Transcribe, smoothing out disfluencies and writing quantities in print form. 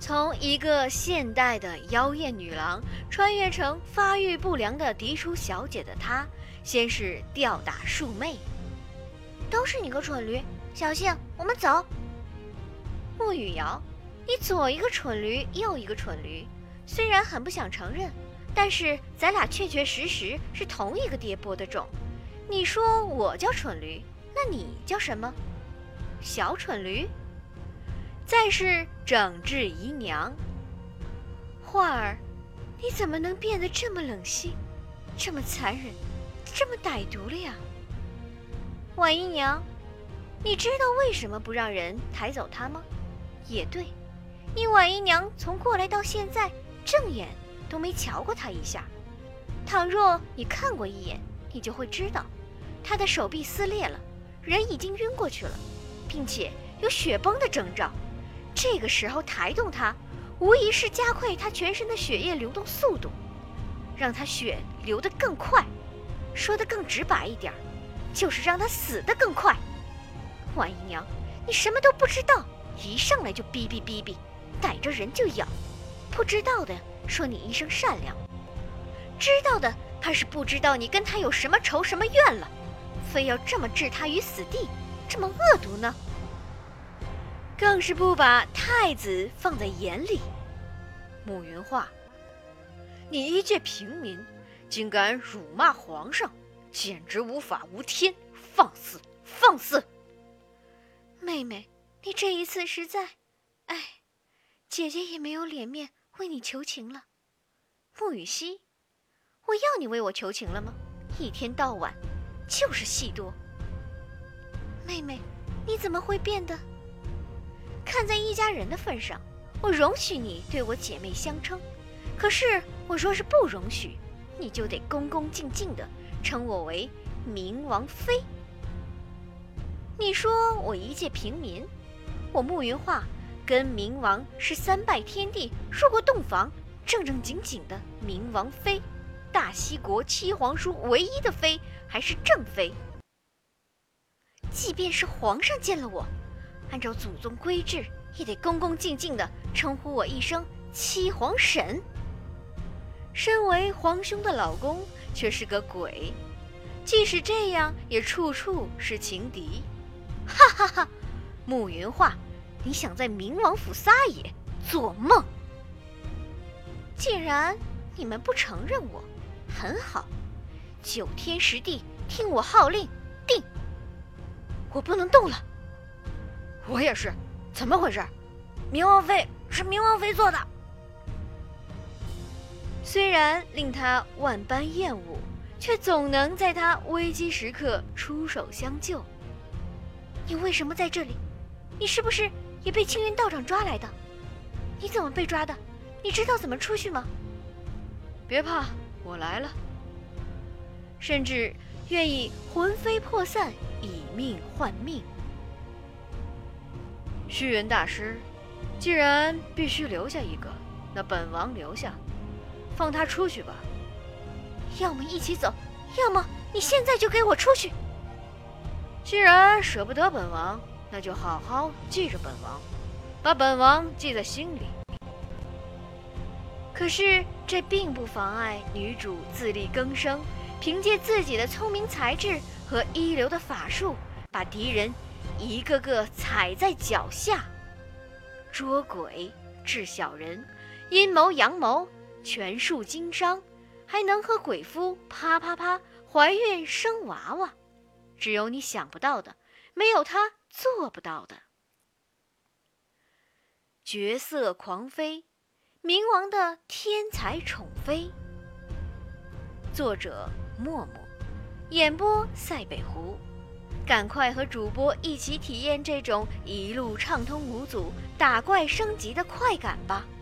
从一个现代的妖艳女郎穿越成发育不良的嫡出小姐的她，先是吊打庶妹。 都是你个蠢驴，小心，我们走。 穆雨瑶，你左一个蠢驴，右一个蠢驴，虽然很不想承认，但是咱俩确确实实是同一个爹播的种。你说我叫蠢驴，那你叫什么？小蠢驴。再是整治姨娘。花儿，你怎么能变得这么冷心，这么残忍，这么歹毒了呀？婉姨娘，你知道为什么不让人抬走她吗？也对，你婉姨娘从过来到现在，正眼都没瞧过她一下。倘若你看过一眼，你就会知道，她的手臂撕裂了，人已经晕过去了，并且有血崩的征兆。这个时候抬动她，无疑是加快她全身的血液流动速度，让她血流得更快。说得更直白一点，就是让她死得更快。婉姨娘，你什么都不知道，一上来就哔哔哔哔，逮着人就咬。不知道的说你一生善良，知道的怕是不知道你跟他有什么仇什么怨了，非要这么置他于死地，这么恶毒呢？更是不把太子放在眼里。慕云画，你一介平民，竟敢辱骂皇上，简直无法无天，放肆放肆！妹妹，你这一次实在，姐姐也没有脸面为你求情了。慕雨熙，我要你为我求情了吗？一天到晚就是戏多。妹妹，你怎么会变得？看在一家人的份上，我容许你对我姐妹相称，可是我若是不容许，你就得恭恭敬敬地称我为明王妃。你说我一介平民，我慕云画跟明王是三拜天地入过洞房，正正经经的明王妃，大西国七皇叔唯一的妃，还是正妃。即便是皇上见了我，按照祖宗规制，也得恭恭敬敬地称呼我一声七皇婶。身为皇兄的老公却是个鬼，即使这样，也处处是情敌。哈哈哈！慕云画，你想在明王府撒野，做梦！既然你们不承认我，很好，9天10地，听我号令，定！我不能动了。我也是，怎么回事？明王妃是明王妃做的。虽然令他万般厌恶，却总能在他危机时刻出手相救。你为什么在这里？你是不是也被青云道长抓来的？你怎么被抓的？你知道怎么出去吗？别怕，我来了。甚至愿意魂飞魄散，以命换命。虚云大师，既然必须留下一个，那本王留下，放他出去吧。要么一起走，要么你现在就给我出去。既然舍不得本王，那就好好记着本王，把本王记在心里。可是这并不妨碍女主自力更生，凭借自己的聪明才智和一流的法术，把敌人一个个踩在脚下。捉鬼、治小人、阴谋阳谋、权术经商，还能和鬼夫啪啪啪怀孕生娃娃。只有你想不到的，没有他做不到的。绝色狂妃，冥王的天才宠妃。作者默默，演播塞北湖。赶快和主播一起体验这种一路畅通无阻、打怪升级的快感吧！